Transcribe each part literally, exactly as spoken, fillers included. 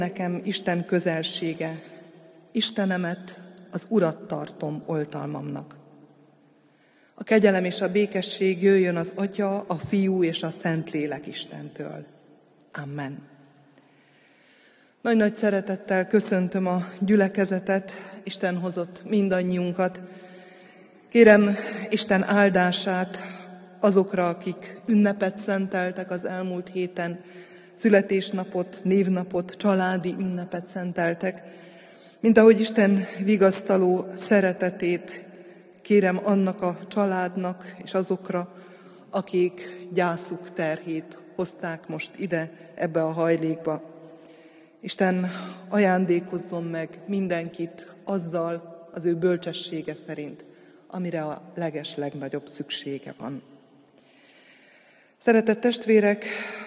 nekem Isten közelsége, Istenemet, az Urat tartom oltalmamnak. A kegyelem és a békesség jöjjön az Atya, a Fiú és a Szentlélek Istentől. Amen. Nagy-nagy szeretettel köszöntöm a gyülekezetet, Isten hozott mindannyiunkat. Kérem Isten áldását azokra, akik ünnepet szenteltek az elmúlt héten, születésnapot, névnapot, családi ünnepet szenteltek, mint ahogy Isten vigasztaló szeretetét kérem annak a családnak és azokra, akik gyászuk terhét hozták most ide, ebbe a hajlékba. Isten ajándékozzon meg mindenkit azzal az ő bölcsessége szerint, amire a leges legnagyobb szüksége van. Szeretett testvérek,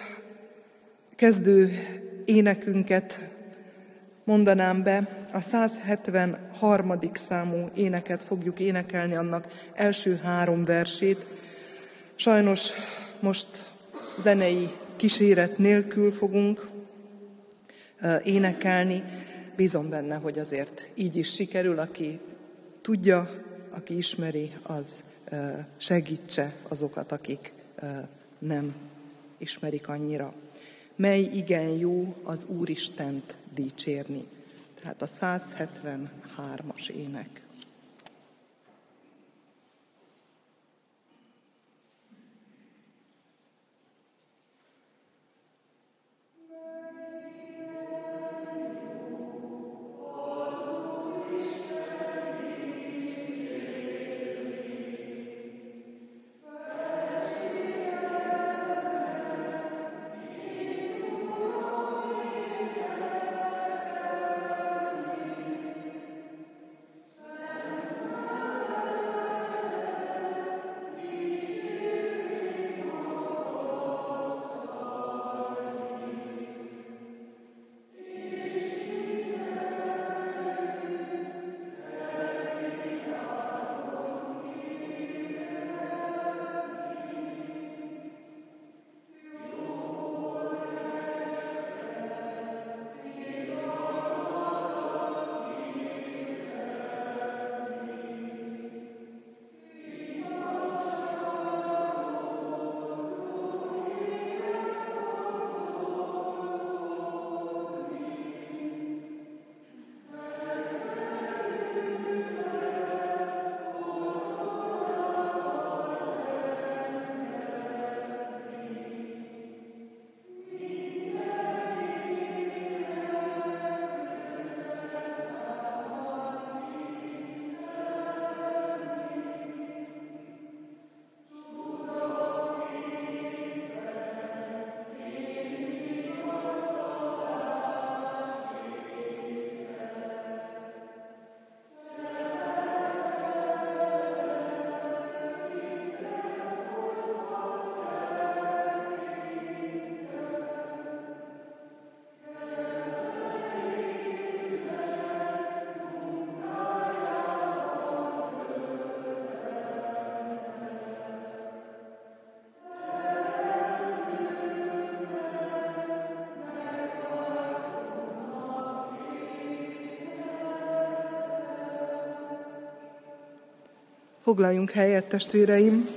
kezdő énekünket mondanám be, a száz hetvenharmadik számú éneket fogjuk énekelni, annak első három versét. Sajnos most zenei kíséret nélkül fogunk énekelni. Bízom benne, hogy azért így is sikerül, aki tudja, aki ismeri, az segítse azokat, akik nem ismerik annyira. Mely igen jó az Úristent dicsérni. Tehát a száz hetvenhármas ének. Foglaljunk helyet, testvéreim!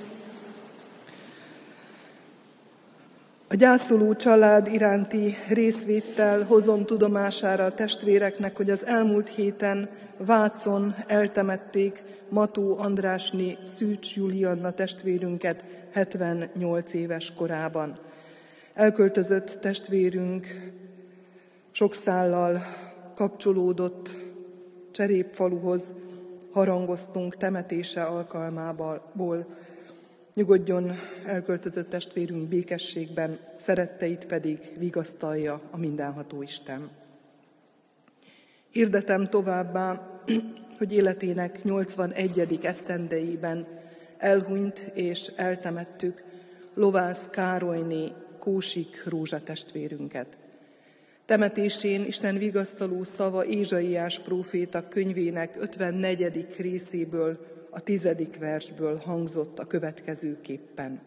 A gyászoló család iránti részvéttel hozom tudomására a testvéreknek, hogy az elmúlt héten Vácon eltemették Mató Andrásné Szűcs Julianna testvérünket hetvennyolc éves korában. Elköltözött testvérünk sok szállal kapcsolódott Cserépfaluhoz, harangoztunk temetése alkalmából. Nyugodjon elköltözött testvérünk békességben, szeretteit pedig vigasztalja a mindenható Isten. Hirdetem továbbá, hogy életének nyolcvanegyedik esztendejében elhunyt és eltemettük Lovász Károlyné Kósik Rózsa testvérünket. Temetésén Isten vigasztaló szava Ézsaiás próféta könyvének ötvennegyedik részéből, a tizedik versből hangzott a következőképpen.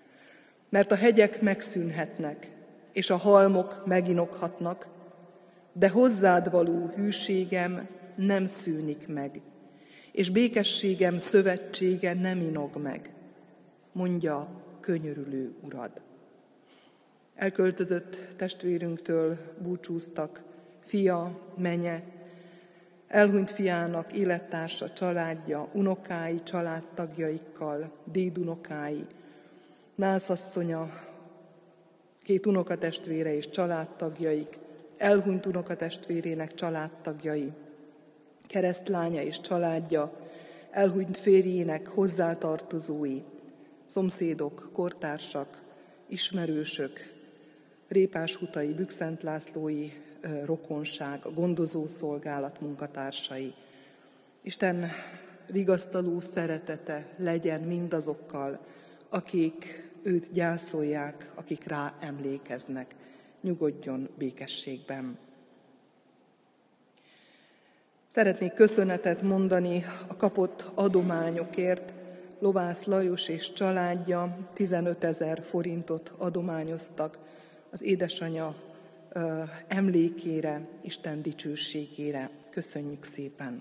Mert a hegyek megszűnhetnek, és a halmok meginokhatnak, de hozzád való hűségem nem szűnik meg, és békességem szövetsége nem inog meg, mondja könyörülő Urad. Elköltözött testvérünktől búcsúztak fia, menye, elhunyt fiának élettársa, családja, unokái, családtagjaikkal, dédunokái, nászasszonya, két unokatestvére és családtagjaik, elhunyt unokatestvérének családtagjai, keresztlánya és családja, elhunyt férjének hozzátartozói, szomszédok, kortársak, ismerősök, Répáshutai, Bükszent Lászlói rokonság, a gondozószolgálat munkatársai. Isten vigasztaló szeretete legyen mindazokkal, akik őt gyászolják, akik rá emlékeznek. Nyugodjon békességben. Szeretnék köszönetet mondani a kapott adományokért. Lovász Lajos és családja tizenötezer forintot adományoztak az édesanyja ö, emlékére, Isten dicsőségére. Köszönjük szépen!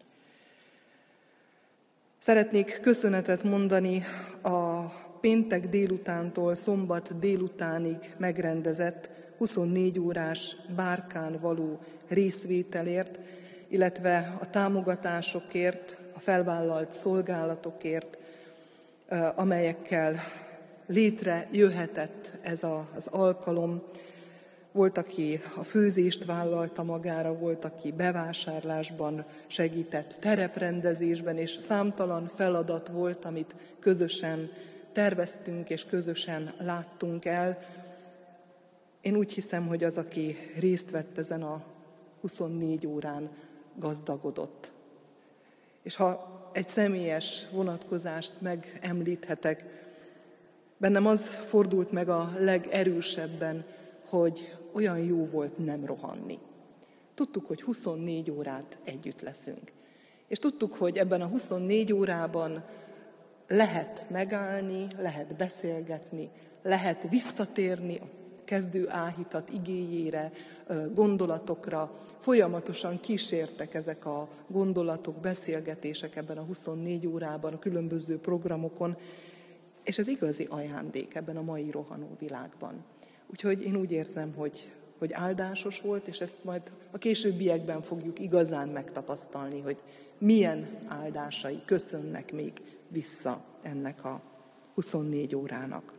Szeretnék köszönetet mondani a péntek délutántól szombat délutánig megrendezett huszonnégy órás bárkán való részvételért, illetve a támogatásokért, a felvállalt szolgálatokért, amelyekkel létrejöhetett ez az alkalom. Volt, aki a főzést vállalta magára, volt, aki bevásárlásban segített, tereprendezésben, és számtalan feladat volt, amit közösen terveztünk és közösen láttunk el. Én úgy hiszem, hogy az, aki részt vett ezen a huszonnégy órán, gazdagodott. És ha egy személyes vonatkozást megemlíthetek, bennem az fordult meg a legerősebben, hogy olyan jó volt nem rohanni. Tudtuk, hogy huszonnégy órát együtt leszünk. És tudtuk, hogy ebben a huszonnégy órában lehet megállni, lehet beszélgetni, lehet visszatérni a kezdő áhítat igéjére, gondolatokra. Folyamatosan kísértek ezek a gondolatok, beszélgetések ebben a huszonnégy órában, a különböző programokon, és ez igazi ajándék ebben a mai rohanó világban. Úgyhogy én úgy érzem, hogy, hogy áldásos volt, és ezt majd a későbbiekben fogjuk igazán megtapasztalni, hogy milyen áldásai köszönnek még vissza ennek a huszonnégy órának.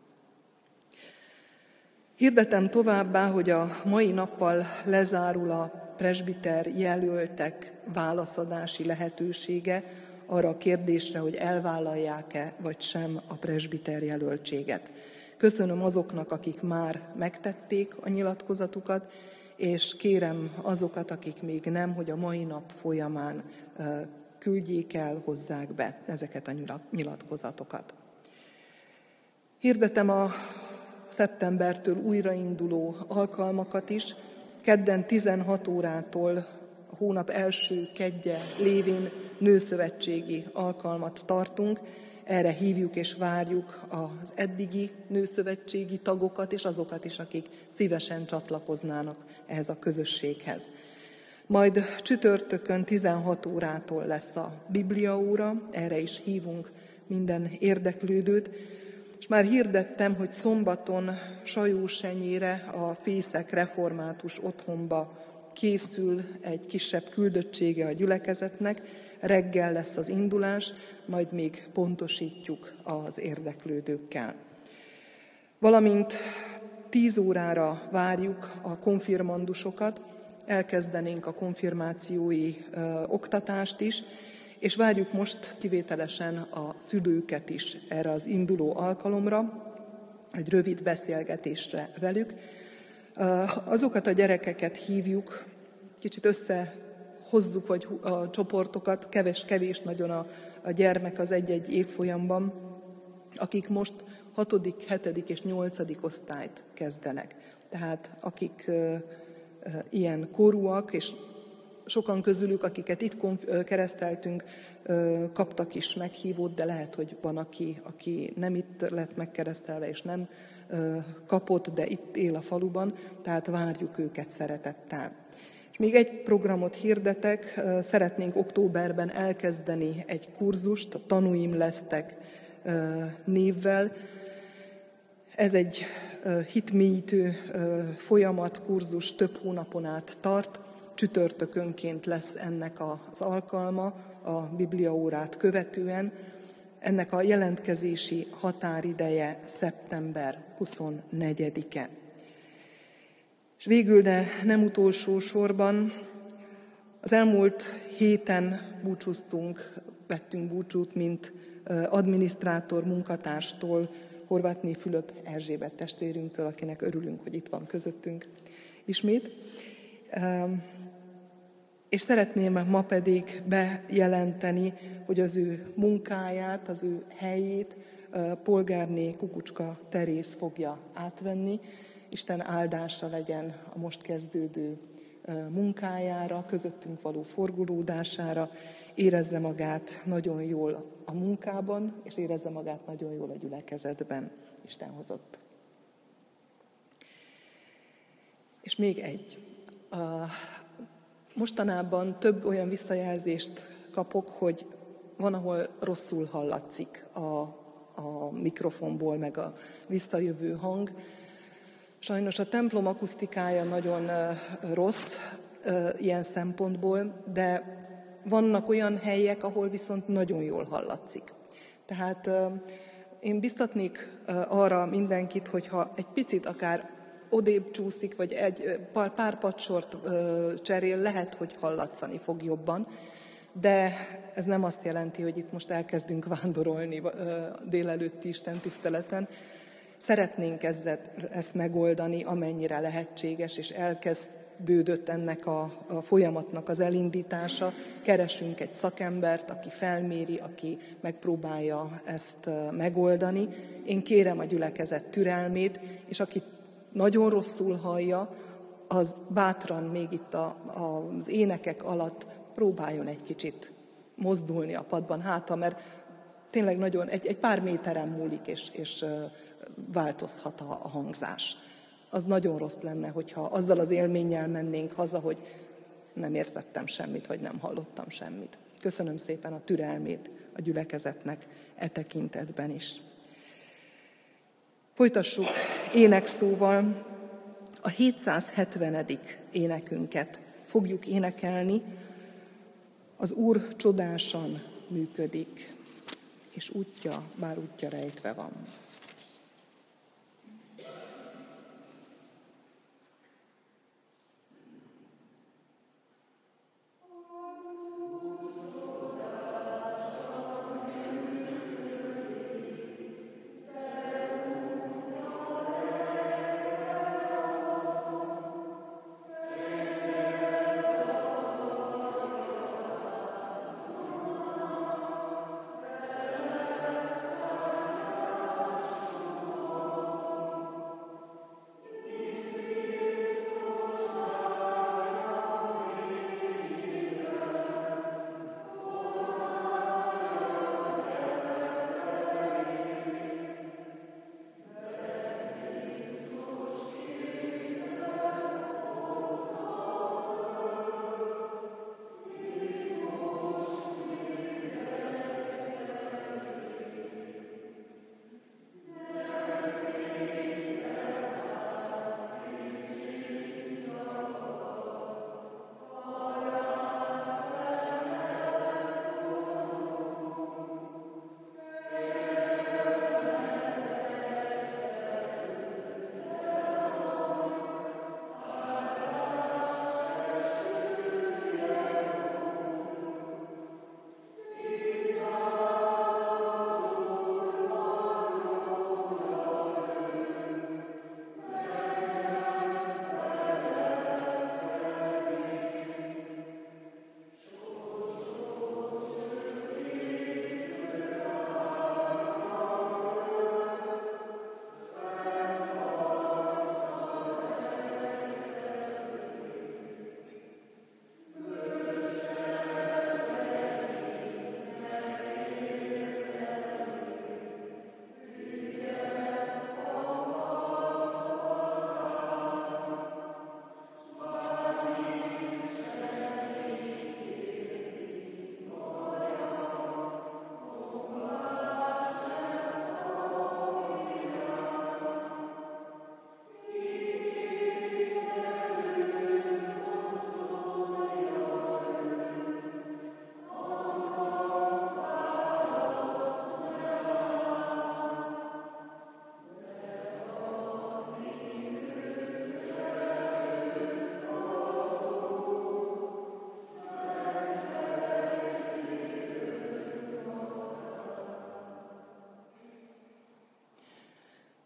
Hirdetem továbbá, hogy a mai nappal lezárul a presbiter jelöltek válaszadási lehetősége arra a kérdésre, hogy elvállalják-e vagy sem a presbiter jelöltséget. Köszönöm azoknak, akik már megtették a nyilatkozatukat, és kérem azokat, akik még nem, hogy a mai nap folyamán küldjék el, hozzák be ezeket a nyilatkozatokat. Hirdetem a szeptembertől újrainduló alkalmakat is. Kedden tizenhat órától a hónap első keddje lévén nőszövetségi alkalmat tartunk. Erre hívjuk és várjuk az eddigi nőszövetségi tagokat, és azokat is, akik szívesen csatlakoznának ehhez a közösséghez. Majd csütörtökön tizenhat órától lesz a bibliaóra, erre is hívunk minden érdeklődőt. És már hirdettem, hogy szombaton Sajósenyére a Fészek Református Otthonba készül egy kisebb küldöttsége a gyülekezetnek, reggel lesz az indulás, majd még pontosítjuk az érdeklődőkkel. Valamint tíz órára várjuk a konfirmandusokat, elkezdenénk a konfirmációi ö, oktatást is, és várjuk most kivételesen a szülőket is erre az induló alkalomra, egy rövid beszélgetésre velük. Azokat a gyerekeket hívjuk, kicsit összehozzuk vagy a csoportokat, kevés-kevés nagyon a, a gyermek az egy-egy évfolyamban, akik most hatodik, hetedik és nyolcadik osztályt kezdenek. Tehát akik ö, ö, ilyen korúak, és sokan közülük, akiket itt kereszteltünk, kaptak is meghívót, de lehet, hogy van, aki, aki nem itt lett megkeresztelve, és nem kapott, de itt él a faluban, tehát várjuk őket szeretettel. És még egy programot hirdetek, szeretnénk októberben elkezdeni egy kurzust, a Tanúim lesztek névvel. Ez egy hitmélyítő folyamat, kurzus több hónapon át tart. Csütörtökönként lesz ennek az alkalma, a bibliaórát követően. Ennek a jelentkezési határideje szeptember huszonnegyedike. És végül, de nem utolsó sorban, az elmúlt héten búcsúztunk, vettünk búcsút, mint adminisztrátor munkatárstól, Horvátné Fülöp Erzsébet testvérünktől, akinek örülünk, hogy itt van közöttünk ismét. És szeretném ma pedig bejelenteni, hogy az ő munkáját, az ő helyét polgárné Kukucska Teréz fogja átvenni. Isten áldása legyen a most kezdődő munkájára, közöttünk való forgolódására, érezze magát nagyon jól a munkában, és érezze magát nagyon jól a gyülekezetben. Isten hozott. És még egy. Mostanában több olyan visszajelzést kapok, hogy van, ahol rosszul hallatszik a, a mikrofonból, meg a visszajövő hang. Sajnos a templom akusztikája nagyon rossz ilyen szempontból, de vannak olyan helyek, ahol viszont nagyon jól hallatszik. Tehát én biztatnék arra mindenkit, hogyha egy picit akár odébb csúszik, vagy egy pár, pár padsort cserél, lehet, hogy hallatszani fog jobban, de ez nem azt jelenti, hogy itt most elkezdünk vándorolni délelőtti istentiszteleten. Szeretnénk ezt megoldani, amennyire lehetséges, és elkezdődött ennek a, a folyamatnak az elindítása. Keresünk egy szakembert, aki felméri, aki megpróbálja ezt megoldani. Én kérem a gyülekezet türelmét, és aki nagyon rosszul hallja, az bátran még itt a, a, az énekek alatt próbáljon egy kicsit mozdulni a padban hátra, mert tényleg nagyon egy, egy pár méteren múlik, és, és változhat a, a hangzás. Az nagyon rossz lenne, hogyha azzal az élménnyel mennénk haza, hogy nem értettem semmit, vagy nem hallottam semmit. Köszönöm szépen a türelmét a gyülekezetnek e tekintetben is. Folytassuk énekszóval. A hétszázhetvenedik énekünket fogjuk énekelni. Az Úr csodásan működik, és útja, bár útja rejtve van.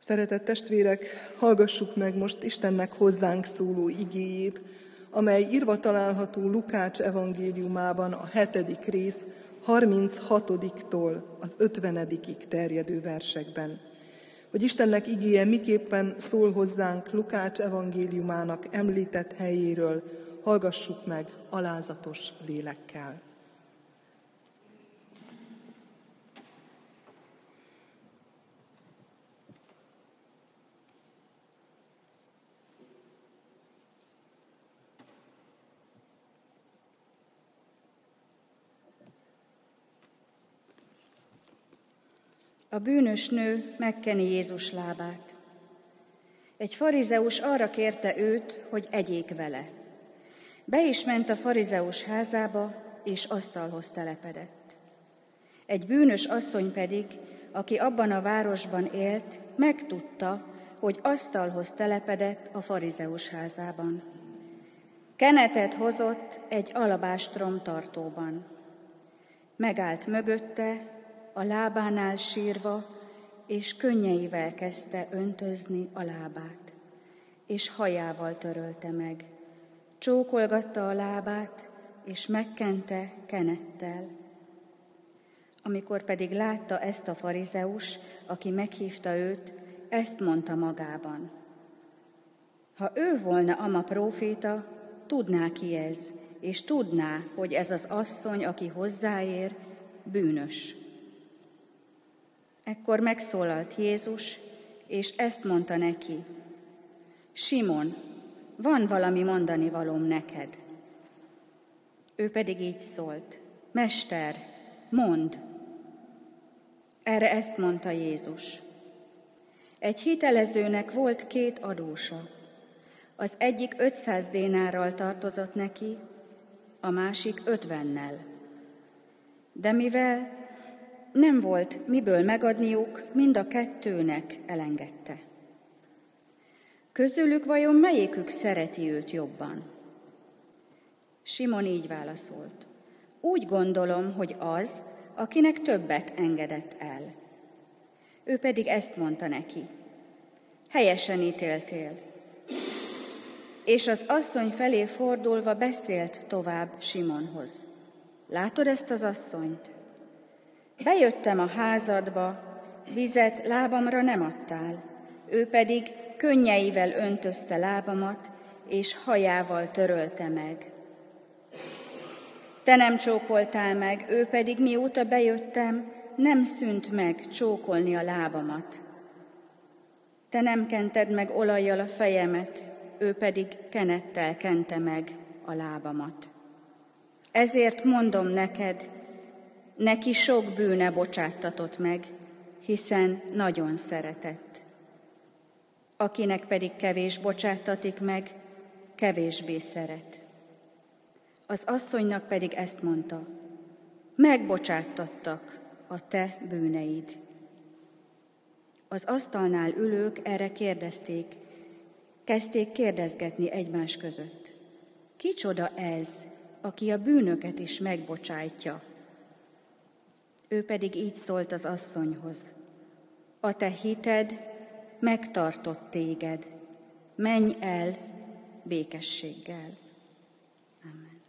Szeretett testvérek, hallgassuk meg most Istennek hozzánk szóló igéjét, amely írva található Lukács evangéliumában a hetedik rész harminchatodiktól az ötvenedikig terjedő versekben. Hogy Istennek igéje miképpen szól hozzánk Lukács evangéliumának említett helyéről, hallgassuk meg alázatos lélekkel. A bűnös nő megkeni Jézus lábát. Egy farizeus arra kérte őt, hogy egyék vele. Be is ment a farizeus házába, és asztalhoz telepedett. Egy bűnös asszony pedig, aki abban a városban élt, megtudta, hogy asztalhoz telepedett a farizeus házában. Kenetet hozott egy alabástrom tartóban. Megállt mögötte, a lábánál sírva, és könnyeivel kezdte öntözni a lábát, és hajával törölte meg. Csókolgatta a lábát, és megkente kenettel. Amikor pedig látta ezt a farizeus, aki meghívta őt, ezt mondta magában. Ha ő volna ama próféta, tudná ki ez, és tudná, hogy ez az asszony, aki hozzáér, bűnös. Ekkor megszólalt Jézus, és ezt mondta neki: Simon, van valami mondani valóm neked. Ő pedig így szólt: Mester, mondd! Erre ezt mondta Jézus: Egy hitelezőnek volt két adósa. Az egyik ötszáz dénárral tartozott neki, a másik ötvennel. De mivel nem volt miből megadniuk, mind a kettőnek elengedte. Közülük vajon melyikük szereti őt jobban? Simon így válaszolt: Úgy gondolom, hogy az, akinek többet engedett el. Ő pedig ezt mondta neki: Helyesen ítéltél. És az asszony felé fordulva beszélt tovább Simonhoz: Látod ezt az asszonyt? Bejöttem a házadba, vizet lábamra nem adtál, ő pedig könnyeivel öntözte lábamat, és hajával törölte meg. Te nem csókoltál meg, ő pedig mióta bejöttem, nem szűnt meg csókolni a lábamat. Te nem kented meg olajjal a fejemet, ő pedig kenettel kente meg a lábamat. Ezért mondom neked, neki sok bűne bocsáttatott meg, hiszen nagyon szeretett. Akinek pedig kevés bocsáttatik meg, kevésbé szeret. Az asszonynak pedig ezt mondta: Megbocsáttattak a te bűneid. Az asztalnál ülők erre kérdezték, kezdték kérdezgetni egymás között: Kicsoda ez, aki a bűnöket is megbocsájtja? Ő pedig így szólt az asszonyhoz: A te hited megtartott téged, menj el békességgel. Amen.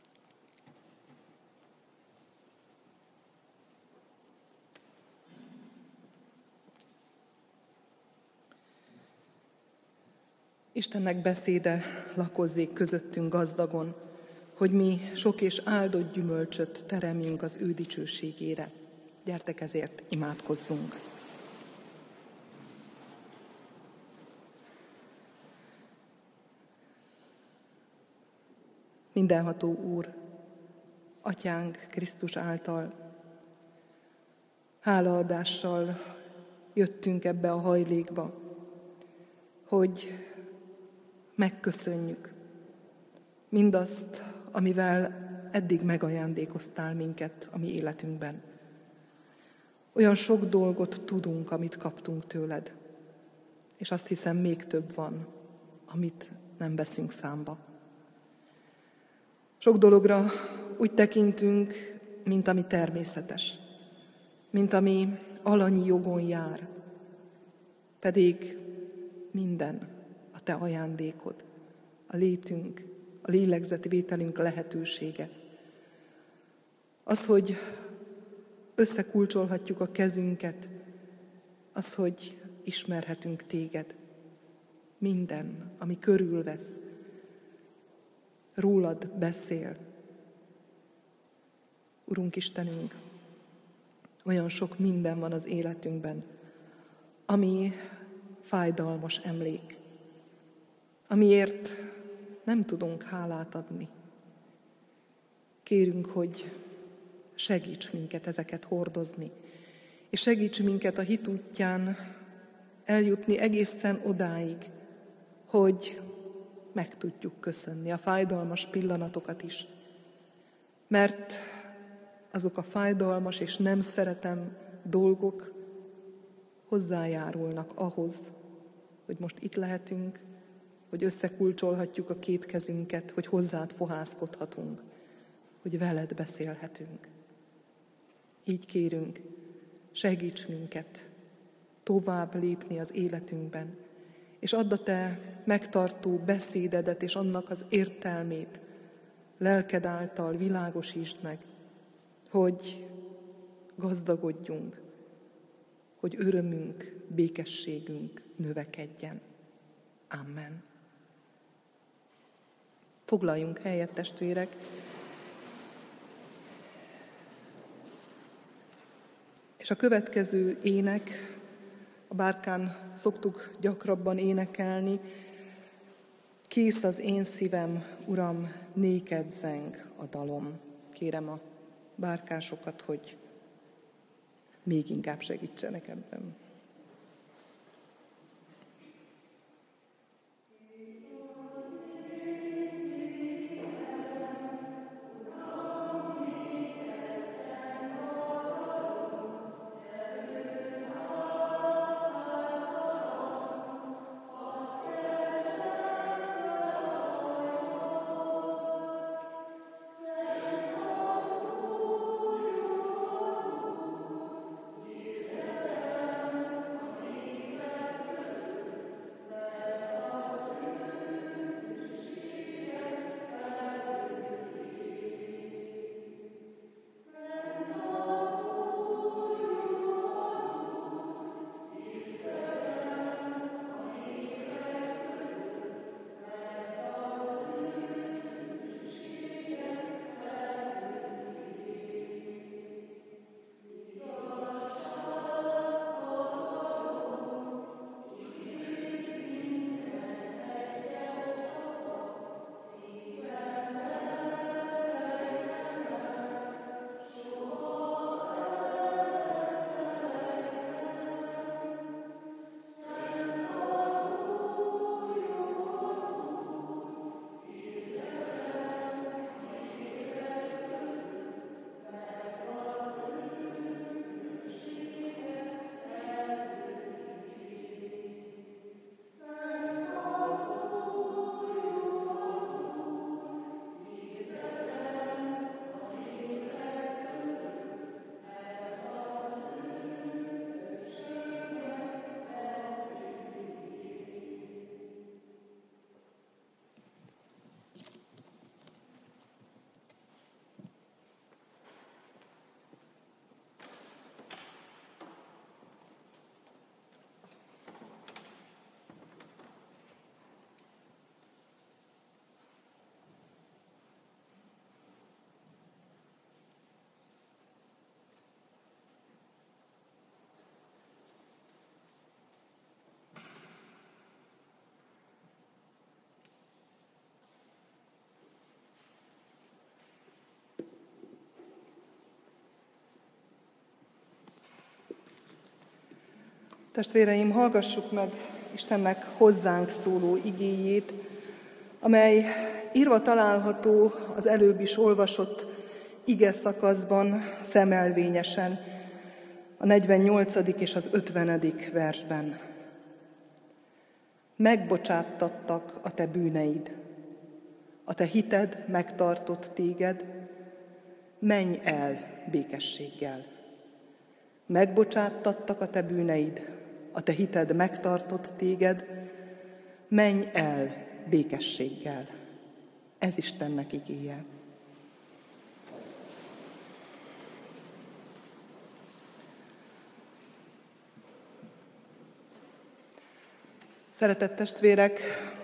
Istennek beszéde lakozzék közöttünk gazdagon, hogy mi sok és áldott gyümölcsöt teremjünk az ő dicsőségére. Gyertek, ezért imádkozzunk. Mindenható Úr, Atyánk Krisztus által, hálaadással jöttünk ebbe a hajlékba, hogy megköszönjük mindazt, amivel eddig megajándékoztál minket a mi életünkben. Olyan sok dolgot tudunk, amit kaptunk tőled, és azt hiszem, még több van, amit nem veszünk számba. Sok dologra úgy tekintünk, mint ami természetes, mint ami alanyi jogon jár. pedig minden a te ajándékod, a létünk, a lélegzeti vételünk lehetősége. Az, hogy összekulcsolhatjuk a kezünket, az, hogy ismerhetünk téged. Minden, ami körülvesz, rólad beszél. Urunk Istenünk, olyan sok minden van az életünkben, ami fájdalmas emlék, amiért nem tudunk hálát adni. Kérünk, hogy segíts minket ezeket hordozni, és segíts minket a hit útján eljutni egészen odáig, hogy meg tudjuk köszönni a fájdalmas pillanatokat is. Mert azok a fájdalmas és nem szeretem dolgok hozzájárulnak ahhoz, hogy most itt lehetünk, hogy összekulcsolhatjuk a két kezünket, hogy hozzád fohászkodhatunk, hogy veled beszélhetünk. Így kérünk, segíts minket tovább lépni az életünkben, és add a te megtartó beszédedet és annak az értelmét lelked által világosítsd meg, hogy gazdagodjunk, hogy örömünk, békességünk növekedjen. Amen. Foglaljunk helyet, testvérek! És a következő ének, a bárkán szoktuk gyakrabban énekelni, kész az én szívem, Uram, néked zeng a dalom. Kérem a bárkásokat, hogy még inkább segítsenek ebben. Testvéreim, hallgassuk meg Istennek hozzánk szóló igéjét, amely írva található az előbb is olvasott ige szakaszban szemelvényesen, a negyvennyolcadik és az ötvenedik versben. Megbocsáttattak a te bűneid, a te hited megtartott téged, menj el békességgel. Megbocsáttattak a te bűneid, a te hited megtartott téged, menj el békességgel. Ez Istennek igéje. Szeretett testvérek,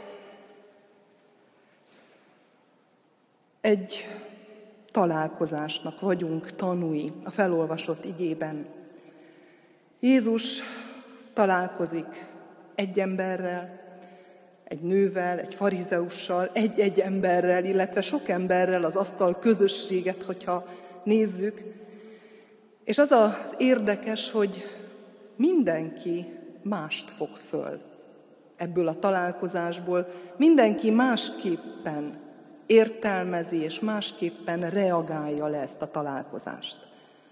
egy találkozásnak vagyunk tanúi a felolvasott igében. Jézus találkozik egy emberrel, egy nővel, egy farizeussal, egy-egy emberrel, illetve sok emberrel, az asztal közösséget, hogyha nézzük. És az az érdekes, hogy mindenki mást fog föl ebből a találkozásból, mindenki másképpen értelmezi és másképpen reagálja le ezt a találkozást.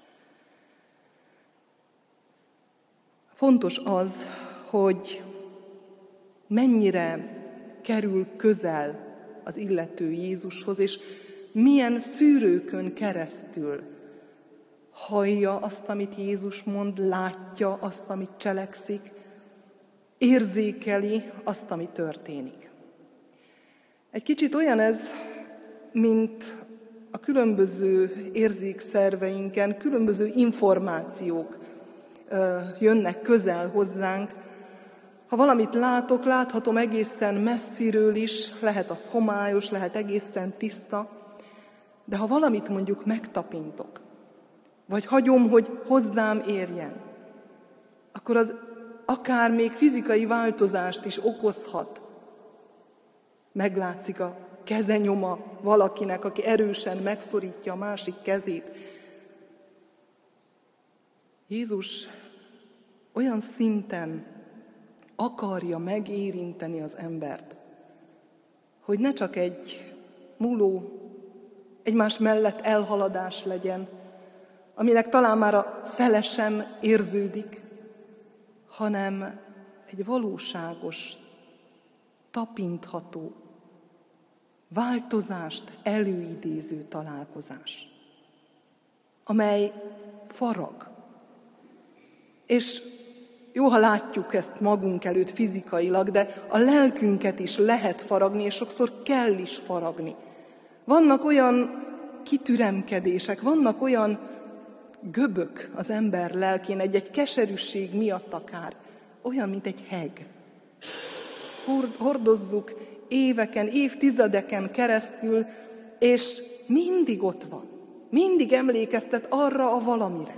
Fontos az, hogy mennyire kerül közel az illető Jézushoz, és milyen szűrőkön keresztül hallja azt, amit Jézus mond, látja azt, amit cselekszik, érzékeli azt, ami történik. Egy kicsit olyan ez, mint a különböző érzékszerveinken, különböző információk jönnek közel hozzánk. Ha valamit látok, láthatom egészen messziről is, lehet az homályos, lehet egészen tiszta, de ha valamit mondjuk megtapintok, vagy hagyom, hogy hozzám érjen, akkor az akár még fizikai változást is okozhat. Meglátszik a kezenyoma valakinek, aki erősen megszorítja a másik kezét. Jézus olyan szinten akarja megérinteni az embert, hogy ne csak egy múló, egymás mellett elhaladás legyen, aminek talán már a szele sem érződik, hanem egy valóságos, tapintható, változást előidéző találkozás, amely farag. És jó, ha látjuk ezt magunk előtt fizikailag, de a lelkünket is lehet faragni, és sokszor kell is faragni. Vannak olyan kitüremkedések, vannak olyan göbök az ember lelkén, egy-egy keserűség miatt akár, olyan, mint egy heg. Hordozzuk éveken, évtizedeken keresztül, és mindig ott van, mindig emlékeztet arra a valamire.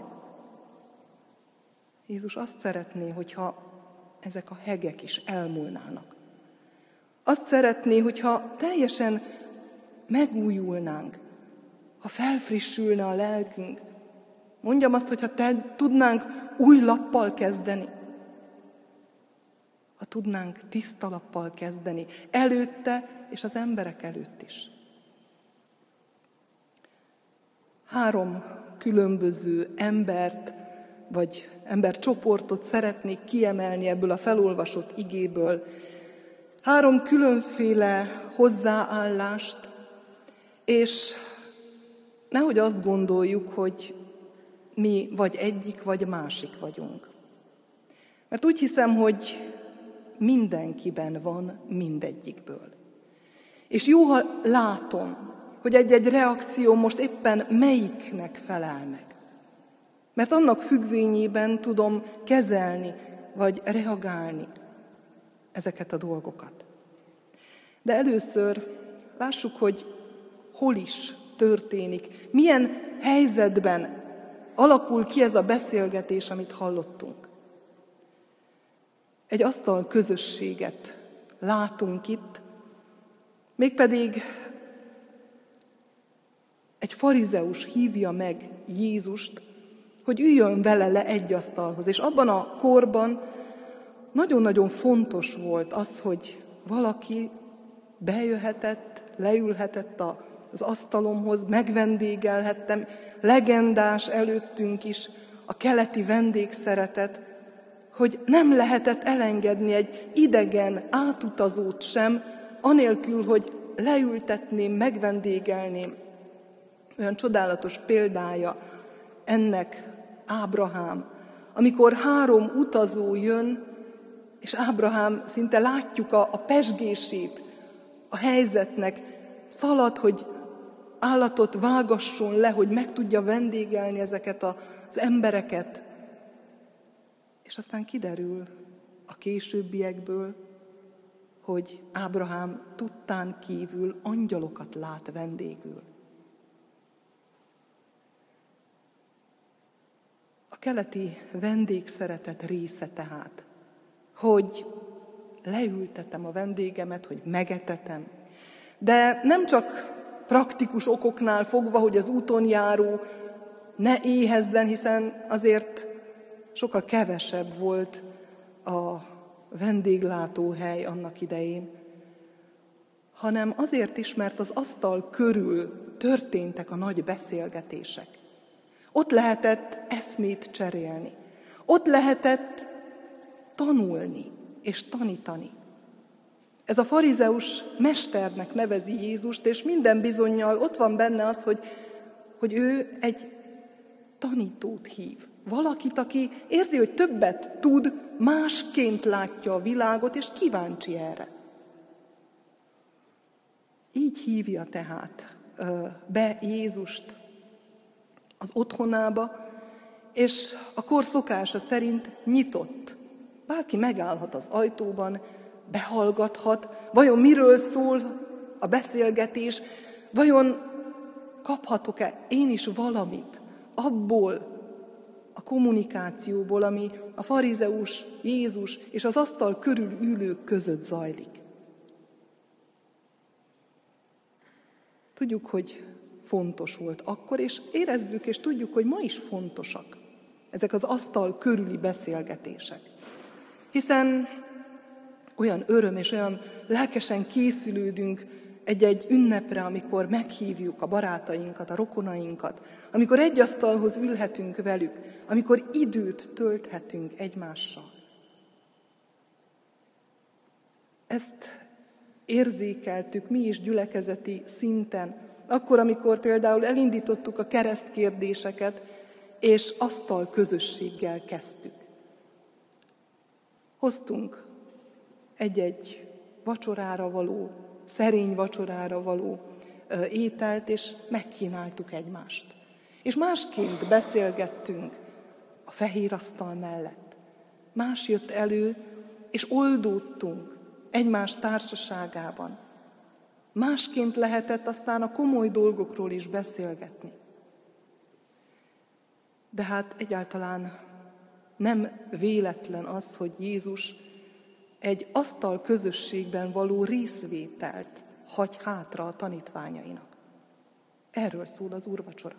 Jézus azt szeretné, hogyha ezek a hegek is elmúlnának. Azt szeretné, hogyha teljesen megújulnánk, ha felfrissülne a lelkünk. Mondjam azt, hogyha te tudnánk új lappal kezdeni. Ha tudnánk tiszta lappal kezdeni, előtte és az emberek előtt is. Három különböző embert, vagy embercsoportot szeretnék kiemelni ebből a felolvasott igéből. Három különféle hozzáállást, és nehogy azt gondoljuk, hogy mi vagy egyik, vagy másik vagyunk. Mert úgy hiszem, hogy mindenkiben van mindegyikből. És jó, ha látom, hogy egy-egy reakció most éppen melyiknek felel meg. Mert annak függvényében tudom kezelni, vagy reagálni ezeket a dolgokat. De először lássuk, hogy hol is történik, milyen helyzetben alakul ki ez a beszélgetés, amit hallottunk. Egy asztal közösséget látunk itt, mégpedig egy farizeus hívja meg Jézust, hogy üljön vele le egy asztalhoz. És abban a korban nagyon-nagyon fontos volt az, hogy valaki bejöhetett, leülhetett az asztalomhoz, megvendégelhettem, legendás előttünk is a keleti vendégszeretet, hogy nem lehetett elengedni egy idegen átutazót sem, anélkül, hogy leültetném, megvendégelném. Olyan csodálatos példája ennek Ábrahám, amikor három utazó jön, És Ábrahám, szinte látjuk a, a pezsgését a helyzetnek, szalad, hogy állatot vágasson le, hogy meg tudja vendégelni ezeket az embereket. És aztán kiderül a későbbiekből, hogy Ábrahám tudtán kívül angyalokat lát vendégül. A keleti vendégszeretet része tehát, hogy leültetem a vendégemet, hogy megetetem. De nem csak praktikus okoknál fogva, hogy az úton járó ne éhezzen, hiszen azért sokkal kevesebb volt a vendéglátóhely annak idején, hanem azért is, mert az asztal körül történtek a nagy beszélgetések. Ott lehetett eszmét cserélni, ott lehetett tanulni és tanítani. Ez a farizeus mesternek nevezi Jézust, és minden bizonnyal ott van benne az, hogy, hogy ő egy tanítót hív. Valakit, aki érzi, hogy többet tud, másként látja a világot, és kíváncsi erre. Így hívja tehát be Jézust az otthonába, és a kor szokása szerint nyitott. Bárki megállhat az ajtóban, behallgathat, vajon miről szól a beszélgetés, vajon kaphatok-e én is valamit abból a kommunikációból, ami a farizeus, Jézus és az asztal körül ülők között zajlik. Tudjuk, hogy fontos volt akkor, és érezzük és tudjuk, hogy ma is fontosak ezek az asztal körüli beszélgetések. Hiszen olyan öröm és olyan lelkesen készülődünk egy-egy ünnepre, amikor meghívjuk a barátainkat, a rokonainkat, amikor egy asztalhoz ülhetünk velük, amikor időt tölthetünk egymással. Ezt érzékeltük mi is gyülekezeti szinten, akkor, amikor például elindítottuk a keresztkérdéseket, és asztal közösséggel kezdtük. Hoztunk egy-egy vacsorára való, szerény vacsorára való ételt, és megkínáltuk egymást. És másként beszélgettünk a fehér asztal mellett. Más jött elő, és oldódtunk egymás társaságában. Másként lehetett aztán a komoly dolgokról is beszélgetni. De hát egyáltalán nem véletlen az, hogy Jézus egy asztal közösségben való részvételt hagy hátra a tanítványainak. Erről szól az úrvacsora.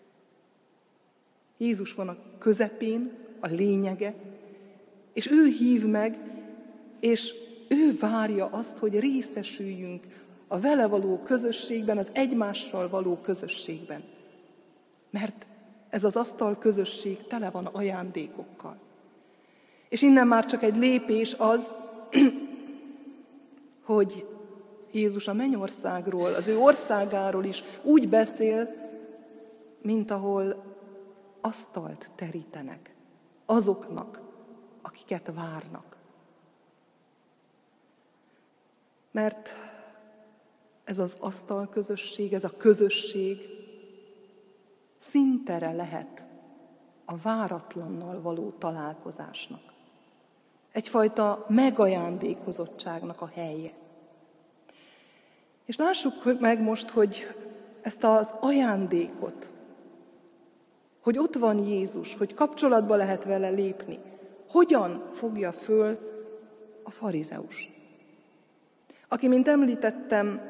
Jézus van a közepén, a lényege, és ő hív meg, és ő várja azt, hogy részesüljünk a vele való közösségben, az egymással való közösségben. Mert ez az asztal közösség tele van ajándékokkal. És innen már csak egy lépés az, hogy Jézus a mennyországról, az ő országáról is úgy beszél, mint ahol asztalt terítenek azoknak, akiket várnak. Mert ez az asztal közösség, ez a közösség színtere lehet a váratlannal való találkozásnak. Egyfajta megajándékozottságnak a helye. És lássuk meg most, hogy ezt az ajándékot, hogy ott van Jézus, hogy kapcsolatba lehet vele lépni, hogyan fogja föl a farizeus. Aki, mint említettem,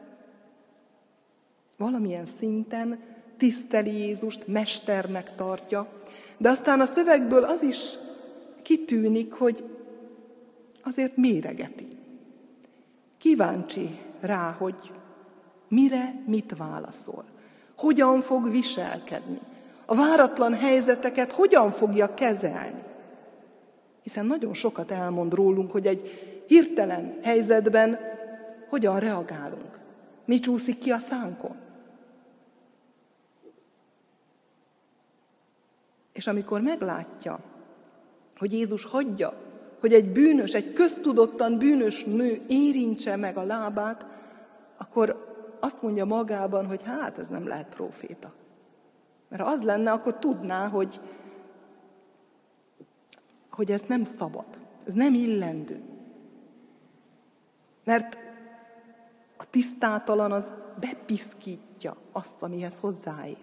valamilyen szinten tiszteli Jézust, mesternek tartja, de aztán a szövegből az is kitűnik, hogy azért méregeti. Kíváncsi rá, hogy mire mit válaszol, hogyan fog viselkedni, a váratlan helyzeteket hogyan fogja kezelni. Hiszen nagyon sokat elmond rólunk, hogy egy hirtelen helyzetben hogyan reagálunk, mi csúszik ki a szánkon. És amikor meglátja, hogy Jézus hagyja, hogy egy bűnös, egy köztudottan bűnös nő érintse meg a lábát, akkor azt mondja magában, hogy hát ez nem lehet próféta. Mert ha az lenne, akkor tudná, hogy, hogy ez nem szabad, ez nem illendő. Mert a tisztátalan az bepiszkítja azt, amihez hozzáér.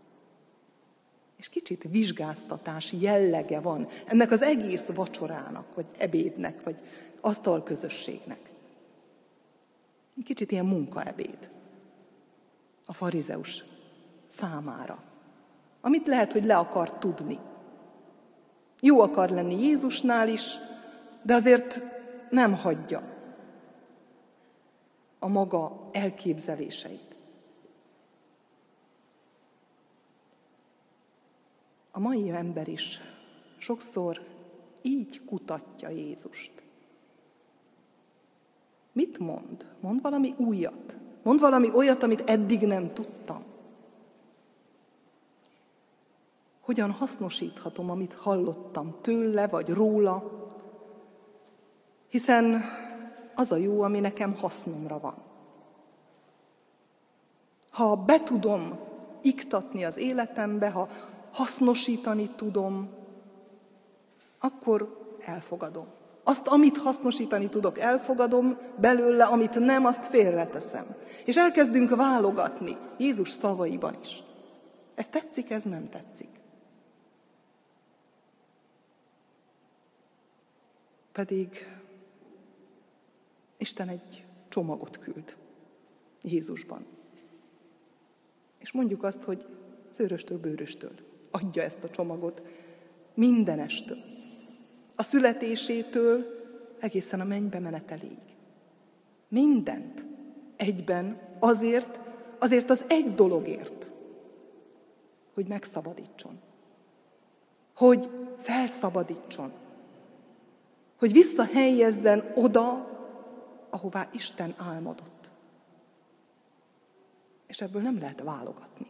És kicsit vizsgáztatási jellege van ennek az egész vacsorának, vagy ebédnek, vagy asztalközösségnek. Kicsit ilyen munkaebéd a farizeus számára, amit lehet, hogy le akar tudni. Jó akar lenni Jézusnál is, de azért nem hagyja a maga elképzeléseit. A mai ember is sokszor így kutatja Jézust. Mit mond? Mond valami újat. Mond valami olyat, amit eddig nem tudtam. Hogyan hasznosíthatom, amit hallottam tőle vagy róla, hiszen az a jó, ami nekem hasznomra van. Ha be tudom iktatni az életembe, ha hasznosítani tudom, akkor elfogadom. Azt, amit hasznosítani tudok, elfogadom belőle, amit nem, azt félreteszem. És elkezdünk válogatni Jézus szavaiban is. Ez tetszik, ez nem tetszik. Pedig Isten egy csomagot küld Jézusban. És mondjuk azt, hogy szőröstől, bőröstől adja ezt a csomagot mindenestől. A születésétől egészen a mennybe meneteléig. Mindent egyben azért, azért az egy dologért, hogy megszabadítson. Hogy felszabadítson. Hogy visszahelyezzen oda, ahová Isten álmodott. És ebből nem lehet válogatni.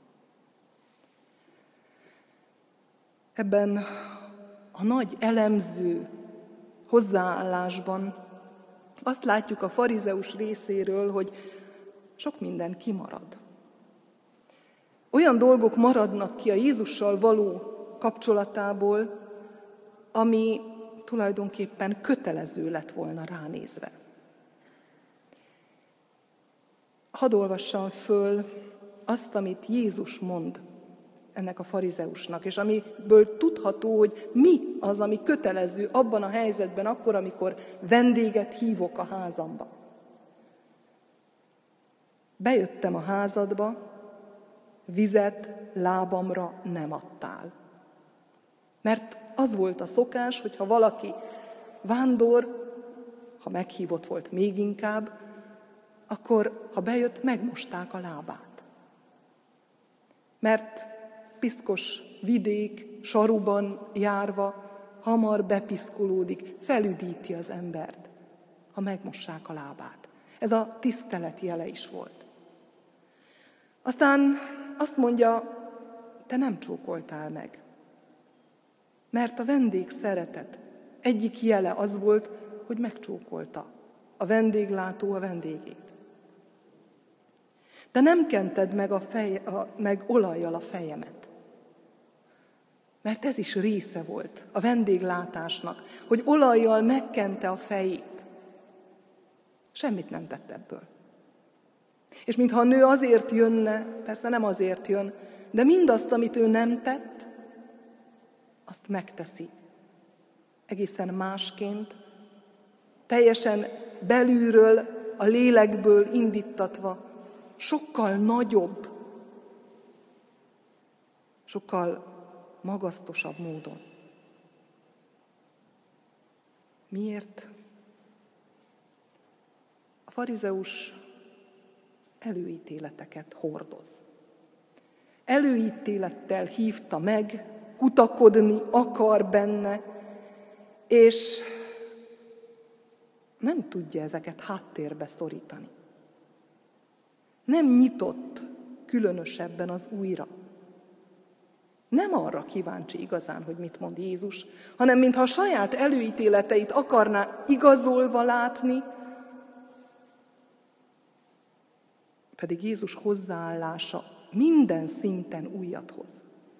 Ebben a nagy elemző hozzáállásban azt látjuk a farizeus részéről, hogy sok minden kimarad. Olyan dolgok maradnak ki a Jézussal való kapcsolatából, ami tulajdonképpen kötelező lett volna ránézve. Hadd olvassam föl azt, amit Jézus mond ennek a farizeusnak, és amiből tudható, hogy mi az, ami kötelező abban a helyzetben, akkor, amikor vendéget hívok a házamba. Bejöttem a házadba, vizet lábamra nem adtál. Mert az volt a szokás, hogy ha valaki vándor, ha meghívott volt még inkább, akkor, ha bejött, megmosták a lábát. Mert piszkos vidék, saruban járva hamar bepiszkolódik, felüdíti az embert, ha megmossák a lábát. Ez a tisztelet jele is volt. Aztán azt mondja, te nem csókoltál meg. Mert a vendég szeretet egyik jele az volt, hogy megcsókolta a vendéglátó a vendégét. De nem kented meg, a fej, a, meg olajjal a fejemet. Mert ez is része volt a vendéglátásnak, hogy olajjal megkente a fejét. Semmit nem tett ebből. És mintha a nő azért jönne, persze nem azért jön, de mindazt, amit ő nem tett, azt megteszi. Egészen másként, teljesen belülről, a lélekből indítatva, sokkal nagyobb, sokkal magasztosabb módon. Miért? A farizeus előítéleteket hordoz. Előítélettel hívta meg, kutakodni akar benne, és nem tudja ezeket háttérbe szorítani. Nem nyitott különösebben az újra. Nem arra kíváncsi igazán, hogy mit mond Jézus, hanem mintha a saját előítéleteit akarná igazolva látni, pedig Jézus hozzáállása minden szinten újat hoz.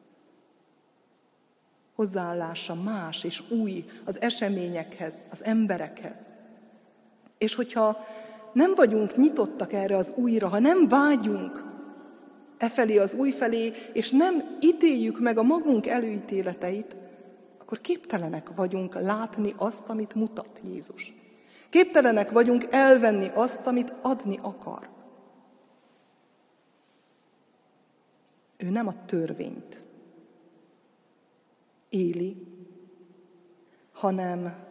Hozzáállása más és új az eseményekhez, az emberekhez. És hogyha nem vagyunk nyitottak erre az újra, ha nem vágyunk e felé az új felé, és nem ítéljük meg a magunk előítéleteit, akkor képtelenek vagyunk látni azt, amit mutat Jézus. Képtelenek vagyunk elvenni azt, amit adni akar. Ő nem a törvényt éli, hanem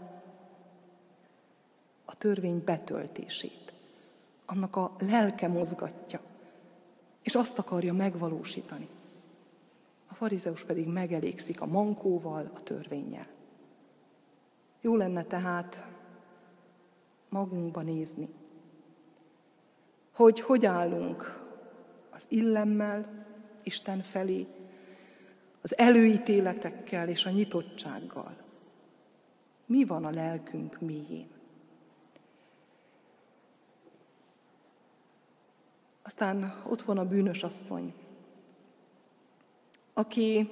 a törvény betöltését. Annak a lelke mozgatja, és azt akarja megvalósítani. A farizeus pedig megelégszik a mankóval, a törvénnyel. Jó lenne tehát magunkba nézni, hogy hogy állunk az illemmel Isten felé, az előítéletekkel és a nyitottsággal. Mi van a lelkünk mélyén? Aztán ott van a bűnös asszony, aki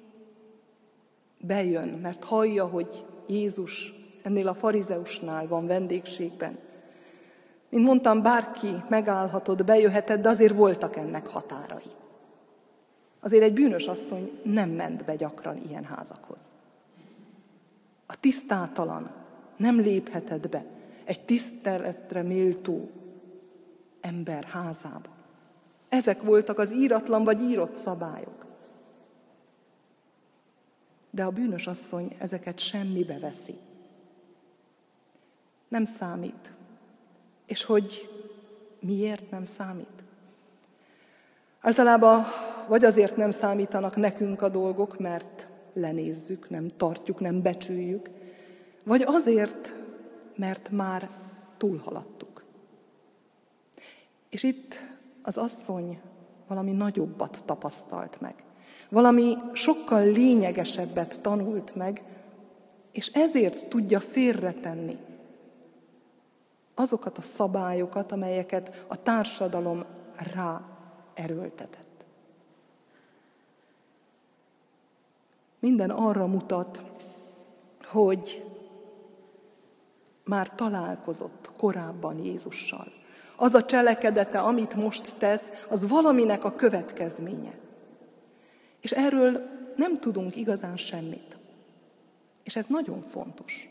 bejön, mert hallja, hogy Jézus ennél a farizeusnál van vendégségben. Mint mondtam, bárki megállhatott, bejöhetett, de azért voltak ennek határai. Azért egy bűnös asszony nem ment be gyakran ilyen házakhoz. A tisztátalan nem léphetett be egy tiszteletre méltó ember házába. Ezek voltak az íratlan vagy írott szabályok. De a bűnös asszony ezeket semmibe veszi. Nem számít. És hogy miért nem számít? Általában vagy azért nem számítanak nekünk a dolgok, mert lenézzük, nem tartjuk, nem becsüljük, vagy azért, mert már túlhaladtuk. És itt az asszony valami nagyobbat tapasztalt meg. Valami sokkal lényegesebbet tanult meg, és ezért tudja félretenni azokat a szabályokat, amelyeket a társadalom rá erőltetett. Minden arra mutat, hogy már találkozott korábban Jézussal. Az a cselekedete, amit most tesz, az valaminek a következménye. És erről nem tudunk igazán semmit. És ez nagyon fontos.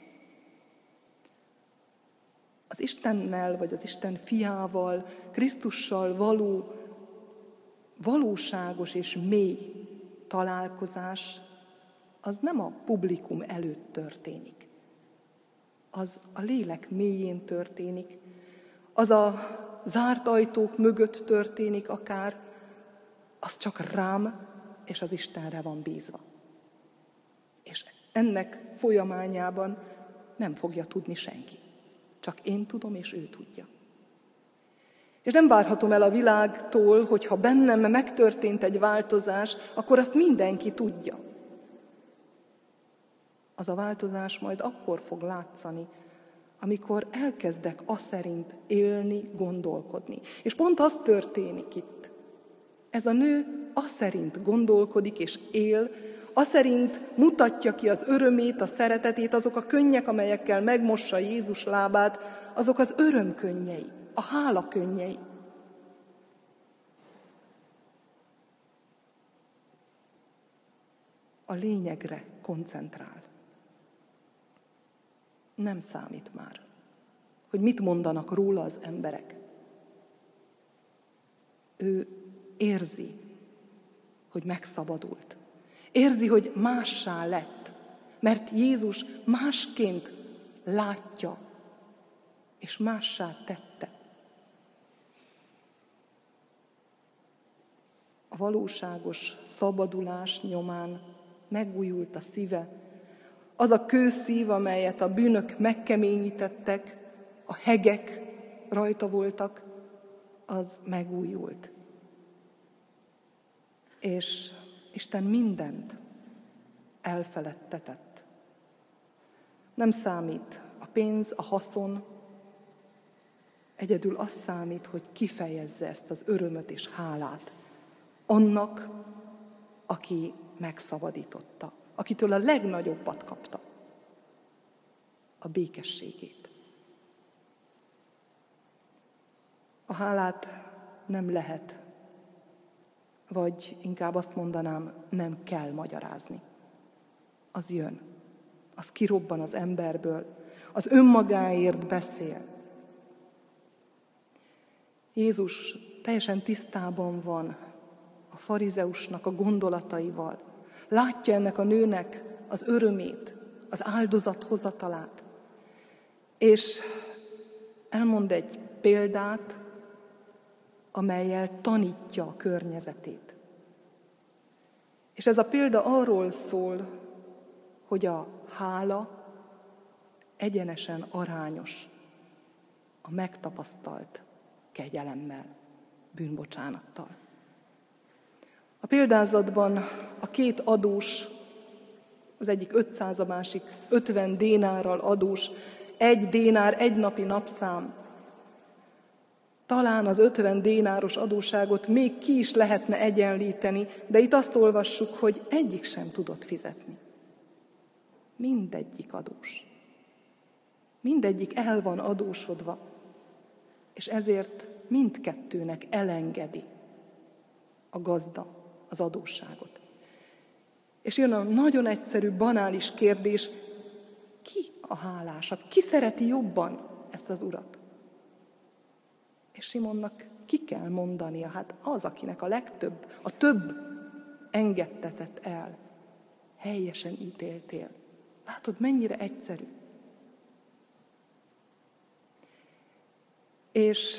Az Istennel, vagy az Isten fiával, Krisztussal való valóságos és mély találkozás, az nem a publikum előtt történik. Az a lélek mélyén történik, az a zárt ajtók mögött történik akár, az csak rám és az Istenre van bízva. És ennek folyamányában nem fogja tudni senki. Csak én tudom, és ő tudja. És nem várhatom el a világtól, hogy ha bennem megtörtént egy változás, akkor azt mindenki tudja. Az a változás majd akkor fog látszani, amikor elkezdek aszerint élni, gondolkodni. És pont az történik itt. Ez a nő aszerint gondolkodik és él, aszerint mutatja ki az örömét, a szeretetét, azok a könnyek, amelyekkel megmossa Jézus lábát, azok az örömkönnyei, a hála könnyei. A lényegre koncentrál. Nem számít már, hogy mit mondanak róla az emberek. Ő érzi, hogy megszabadult. Érzi, hogy mássá lett, mert Jézus másként látja, és mássá tette. A valóságos szabadulás nyomán megújult a szíve, az a kőszív, amelyet a bűnök megkeményítettek, a hegek rajta voltak, az megújult. És Isten mindent elfeledtetett. Nem számít a pénz, a haszon, egyedül az számít, hogy kifejezze ezt az örömöt és hálát annak, aki megszabadította, akitől a legnagyobbat kapta, a békességét. A hálát nem lehet, vagy inkább azt mondanám, nem kell magyarázni. Az jön, az kirobban az emberből, az önmagáért beszél. Jézus teljesen tisztában van a farizeusnak a gondolataival. Látja ennek a nőnek az örömét, az áldozathozatalát. És elmond egy példát, amellyel tanítja a környezetét. És ez a példa arról szól, hogy a hála egyenesen arányos a megtapasztalt kegyelemmel, bűnbocsánattal. A példázatban a két adós, az egyik ötszáz, a másik ötven dénárral adós, egy dénár, egy napi napszám. Talán az ötven dénáros adósságot még ki is lehetne egyenlíteni, de itt azt olvassuk, hogy egyik sem tudott fizetni. Mindegyik adós. Mindegyik el van adósodva, és ezért mindkettőnek elengedi a gazda az adósságot. És jön a nagyon egyszerű, banális kérdés, ki a hálásabb? Ki szereti jobban ezt az urat? És Simonnak ki kell mondania, hát az, akinek a legtöbb, a több engedtetett el, helyesen ítéltél. Látod, mennyire egyszerű. És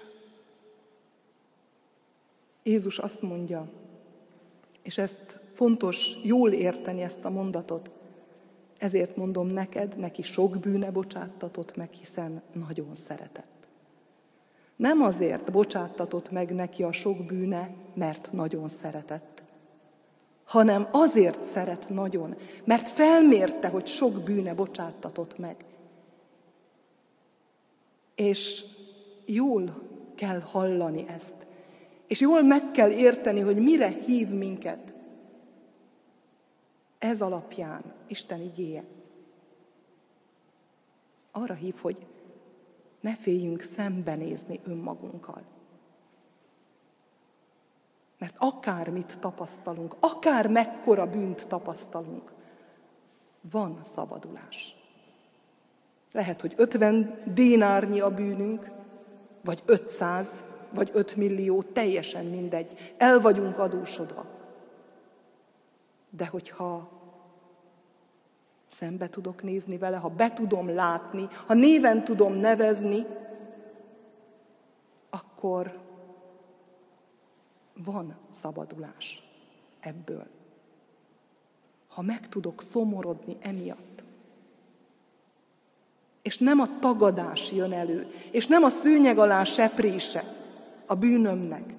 Jézus azt mondja, és ezt fontos jól érteni, ezt a mondatot, ezért mondom neked, neki sok bűne bocsáttatott meg, hiszen nagyon szeretett. Nem azért bocsáttatott meg neki a sok bűne, mert nagyon szeretett, hanem azért szeret nagyon, mert felmérte, hogy sok bűne bocsáttatott meg. És jól kell hallani ezt, és jól meg kell érteni, hogy mire hív minket. Ez alapján Isten igéje. Arra hív, hogy ne féljünk szembenézni önmagunkkal. Mert akármit tapasztalunk, akár mekkora bűnt tapasztalunk, van szabadulás. Lehet, hogy ötven dénárnyi a bűnünk, vagy ötszáz, vagy öt millió, teljesen mindegy. El vagyunk adósodva. De hogyha szembe tudok nézni vele, ha be tudom látni, ha néven tudom nevezni, akkor van szabadulás ebből. Ha meg tudok szomorodni emiatt. És nem a tagadás jön elő, és nem a szőnyeg alá seprése a bűnömnek,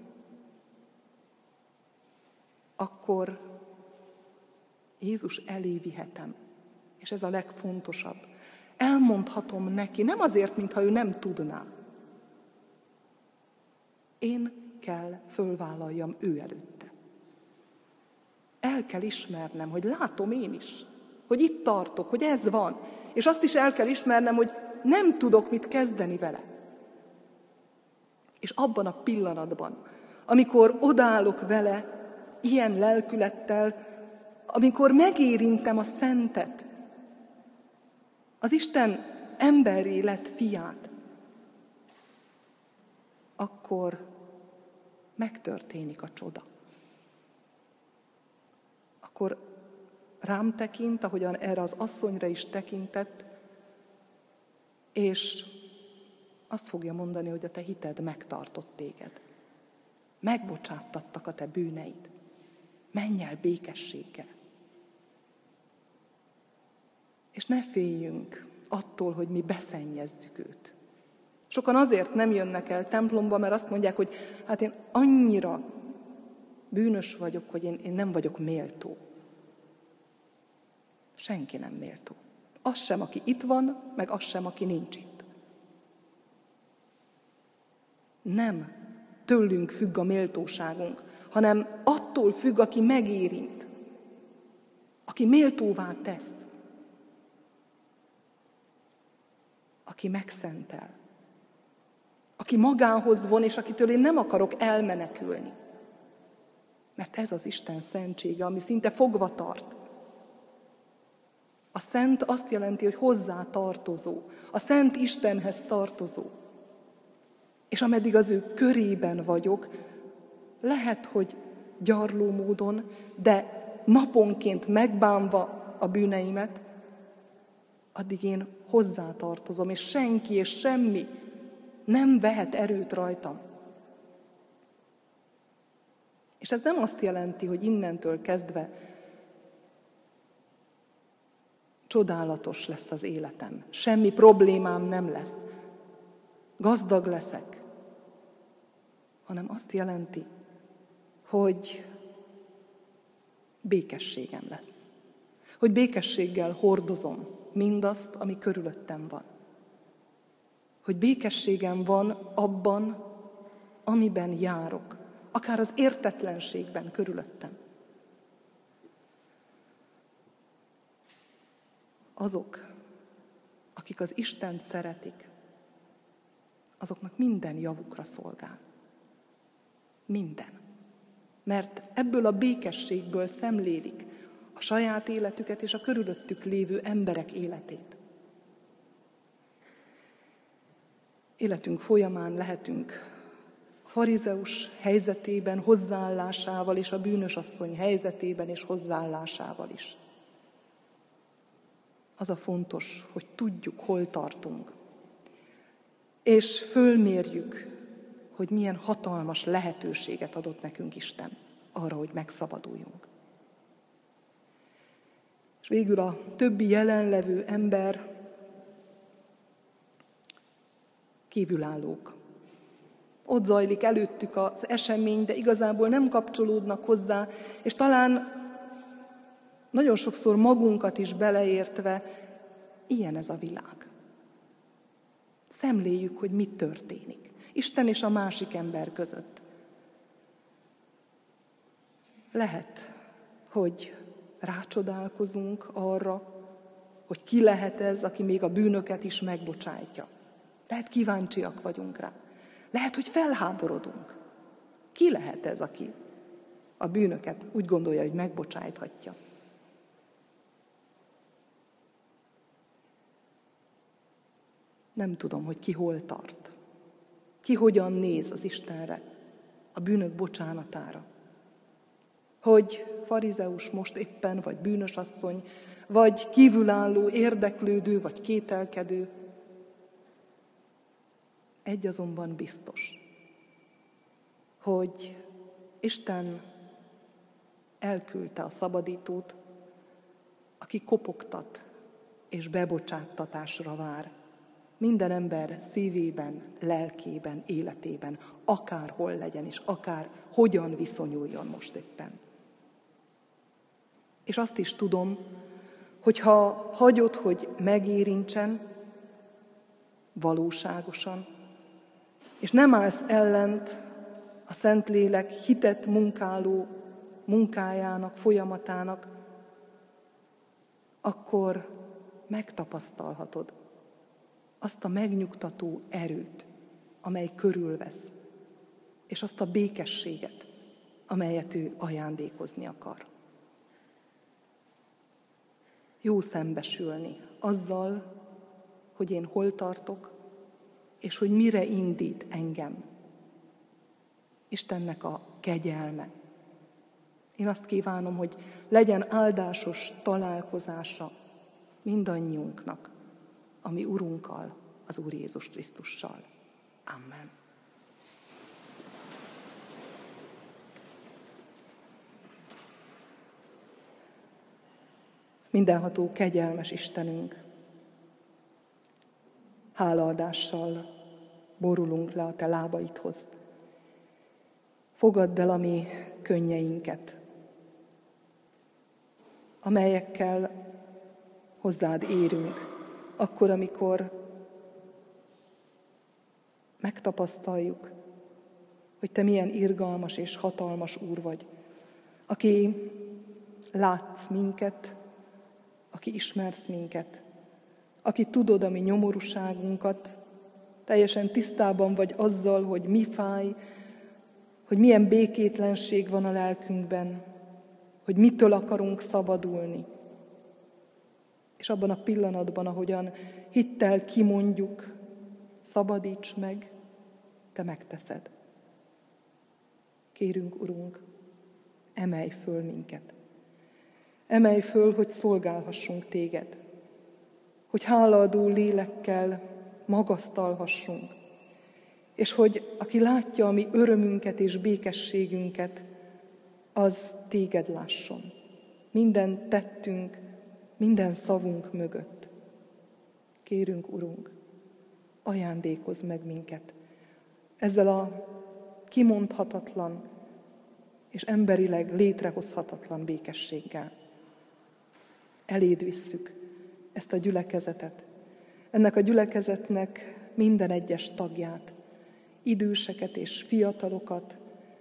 akkor Jézus elé vihetem. És ez a legfontosabb. Elmondhatom neki, nem azért, mintha ő nem tudná. Én kell fölvállaljam ő előtte. El kell ismernem, hogy látom én is, hogy itt tartok, hogy ez van. És azt is el kell ismernem, hogy nem tudok mit kezdeni vele. És abban a pillanatban, amikor odállok vele, ilyen lelkülettel, amikor megérintem a Szentet, az Isten emberré lett fiát, akkor megtörténik a csoda. Akkor rám tekint, ahogyan erre az asszonyra is tekintett, és azt fogja mondani, hogy a te hited megtartott téged. Megbocsáttattak a te bűneid. Menj el békességgel. És ne féljünk attól, hogy mi beszennyezzük őt. Sokan azért nem jönnek el templomba, mert azt mondják, hogy hát én annyira bűnös vagyok, hogy én, én nem vagyok méltó. Senki nem méltó. Az sem, aki itt van, meg az sem, aki nincs itt. Nem tőlünk függ a méltóságunk, hanem attól függ, aki megérint, aki méltóvá tesz, aki megszentel, aki magához von, és akitől én nem akarok elmenekülni. Mert ez az Isten szentsége, ami szinte fogva tart. A szent azt jelenti, hogy hozzá tartozó, a szent Istenhez tartozó. És ameddig az ő körében vagyok, lehet, hogy gyarló módon, de naponként megbánva a bűneimet, addig én hozzátartozom, és senki és semmi nem vehet erőt rajtam. És ez nem azt jelenti, hogy innentől kezdve csodálatos lesz az életem, semmi problémám nem lesz, gazdag leszek, hanem azt jelenti, hogy békességem lesz. Hogy békességgel hordozom mindazt, ami körülöttem van. Hogy békességem van abban, amiben járok, akár az értetlenségben körülöttem. Azok, akik az Istent szeretik, azoknak minden javukra szolgál. Minden. Mert ebből a békességből szemlélik a saját életüket és a körülöttük lévő emberek életét. Életünk folyamán lehetünk a farizeus helyzetében, hozzáállásával és a bűnös asszony helyzetében és hozzáállásával is. Az a fontos, hogy tudjuk, hol tartunk, és fölmérjük, hogy milyen hatalmas lehetőséget adott nekünk Isten arra, hogy megszabaduljunk. És végül a többi jelenlevő ember kívülállók. Ott zajlik előttük az esemény, de igazából nem kapcsolódnak hozzá, és talán nagyon sokszor magunkat is beleértve, ilyen ez a világ. Szemléljük, hogy mit történik Isten és a másik ember között. Lehet, hogy rácsodálkozunk arra, hogy ki lehet ez, aki még a bűnöket is megbocsájtja. Lehet kíváncsiak vagyunk rá. Lehet, hogy felháborodunk. Ki lehet ez, aki a bűnöket úgy gondolja, hogy megbocsájthatja? Nem tudom, hogy ki hol tart. Ki hogyan néz az Istenre, a bűnök bocsánatára. Hogy farizeus most éppen, vagy bűnös asszony, vagy kívülálló, érdeklődő, vagy kételkedő. Egy azonban biztos, hogy Isten elküldte a szabadítót, aki kopogtat és bebocsáttatásra vár. Minden ember szívében, lelkében, életében, akárhol legyen, és akár hogyan viszonyuljon most éppen. És azt is tudom, hogy ha hagyod, hogy megérintsen valóságosan, és nem állsz ellent a Szentlélek hitet munkáló munkájának, folyamatának, akkor megtapasztalhatod azt a megnyugtató erőt, amely körülvesz, és azt a békességet, amelyet ő ajándékozni akar. Jó szembesülni azzal, hogy én hol tartok, és hogy mire indít engem. Istennek a kegyelme. Én azt kívánom, hogy legyen áldásos találkozása mindannyiunknak, a mi Urunkkal, az Úr Jézus Krisztussal. Amen. Mindenható kegyelmes Istenünk, hálaadással borulunk le a Te lábaidhoz. Fogadd el a mi könnyeinket, amelyekkel hozzád érünk, akkor, amikor megtapasztaljuk, hogy te milyen irgalmas és hatalmas Úr vagy, aki látsz minket, aki ismersz minket, aki tudod a mi nyomorúságunkat, teljesen tisztában vagy azzal, hogy mi fáj, hogy milyen békétlenség van a lelkünkben, hogy mitől akarunk szabadulni. És abban a pillanatban, ahogyan hittel kimondjuk, szabadíts meg, te megteszed. Kérünk, Urunk, emelj föl minket. Emelj föl, hogy szolgálhassunk téged, hogy hálaadó lélekkel magasztalhassunk, és hogy aki látja a mi örömünket és békességünket, az téged lásson. Minden tettünk, minden szavunk mögött. Kérünk, Urunk, ajándékozz meg minket ezzel a kimondhatatlan és emberileg létrehozhatatlan békességgel. Eléd visszük ezt a gyülekezetet, ennek a gyülekezetnek minden egyes tagját, időseket és fiatalokat,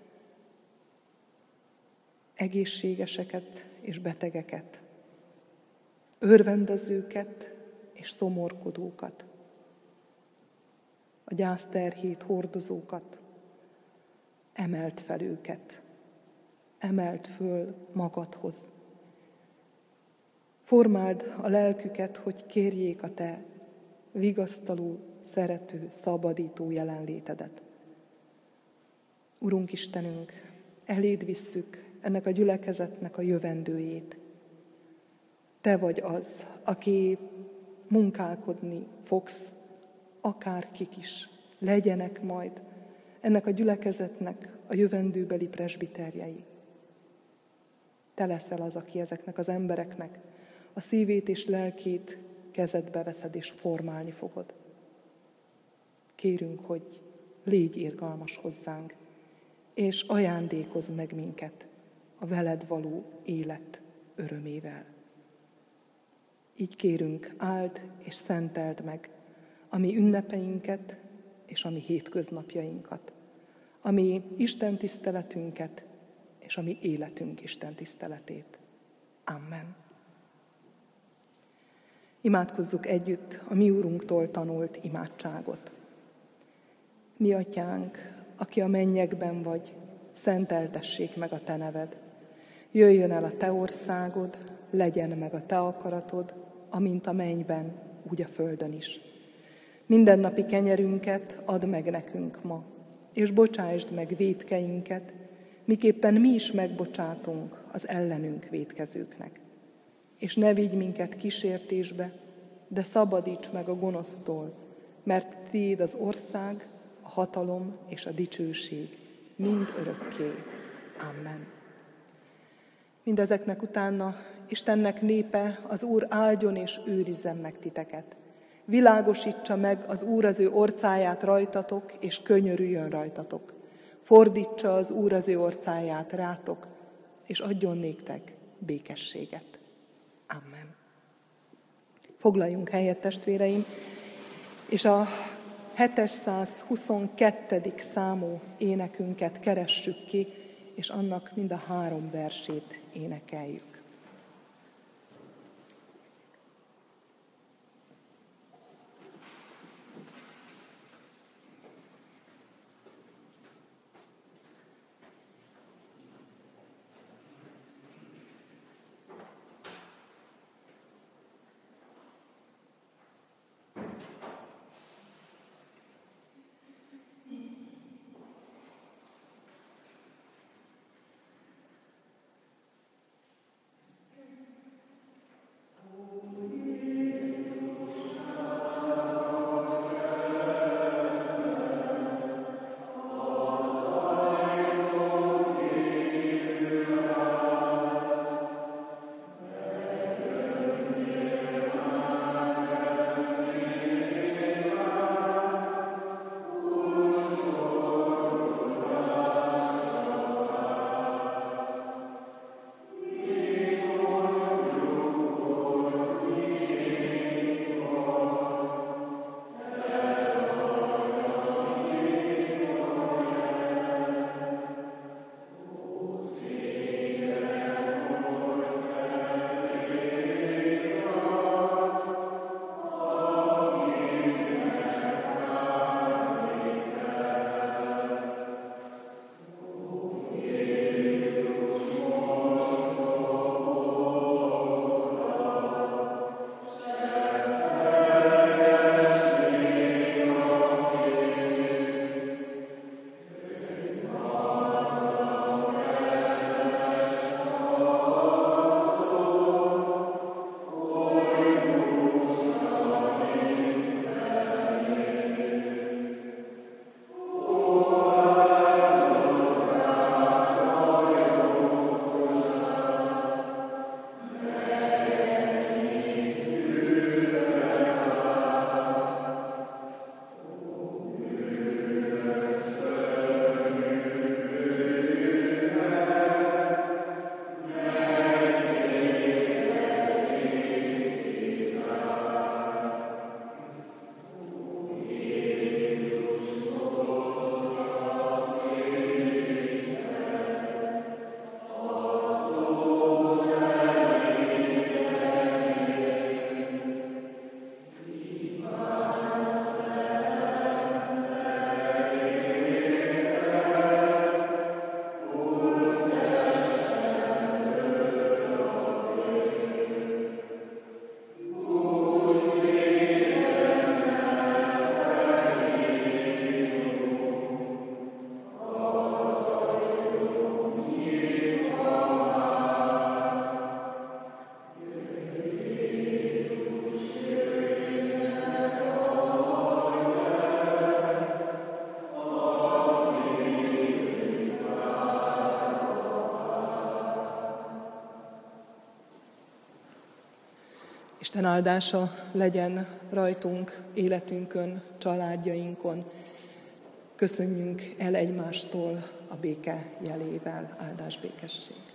egészségeseket és betegeket, örvendezőket és szomorkodókat, a gyászterhét hordozókat. Emeld fel őket, emeld föl magadhoz. Formáld a lelküket, hogy kérjék a te vigasztaló, szerető, szabadító jelenlétedet. Urunk Istenünk, eléd visszük ennek a gyülekezetnek a jövendőjét. Te vagy az, aki munkálkodni fogsz, akár kik is legyenek majd ennek a gyülekezetnek a jövendőbeli presbiterjei. Te leszel az, aki ezeknek az embereknek a szívét és lelkét kezedbe veszed és formálni fogod. Kérünk, hogy légy irgalmas hozzánk, és ajándékozz meg minket a veled való élet örömével. Így kérünk, áld és szenteld meg a mi ünnepeinket és a mi hétköznapjainkat, a mi Isten tiszteletünket és a mi életünk Isten tiszteletét. Amen. Imádkozzuk együtt a mi Úrunktól tanult imádságot. Mi Atyánk, aki a mennyekben vagy, szenteltessék meg a te neved. Jöjjön el a te országod, legyen meg a te akaratod, amint a mennyben, úgy a földön is. Mindennapi kenyerünket add meg nekünk ma, és bocsásd meg vétkeinket, miképpen mi is megbocsátunk az ellenünk vétkezőknek. És ne vigy minket kísértésbe, de szabadíts meg a gonosztól, mert tiéd az ország, a hatalom és a dicsőség mind örökké. Amen. Mindezeknek utána Istennek népe, az Úr áldjon és őrizzen meg titeket. Világosítsa meg az Úr az ő orcáját rajtatok, és könyörüljön rajtatok. Fordítsa az Úr az ő orcáját rátok, és adjon néktek békességet. Amen. Foglaljunk helyet, testvéreim, és a hétszázhuszonkettő. számú énekünket keressük ki, és annak mind a három versét énekeljük. Isten áldása legyen rajtunk, életünkön, családjainkon. Köszönjünk el egymástól a béke jelével. Áldás, békesség.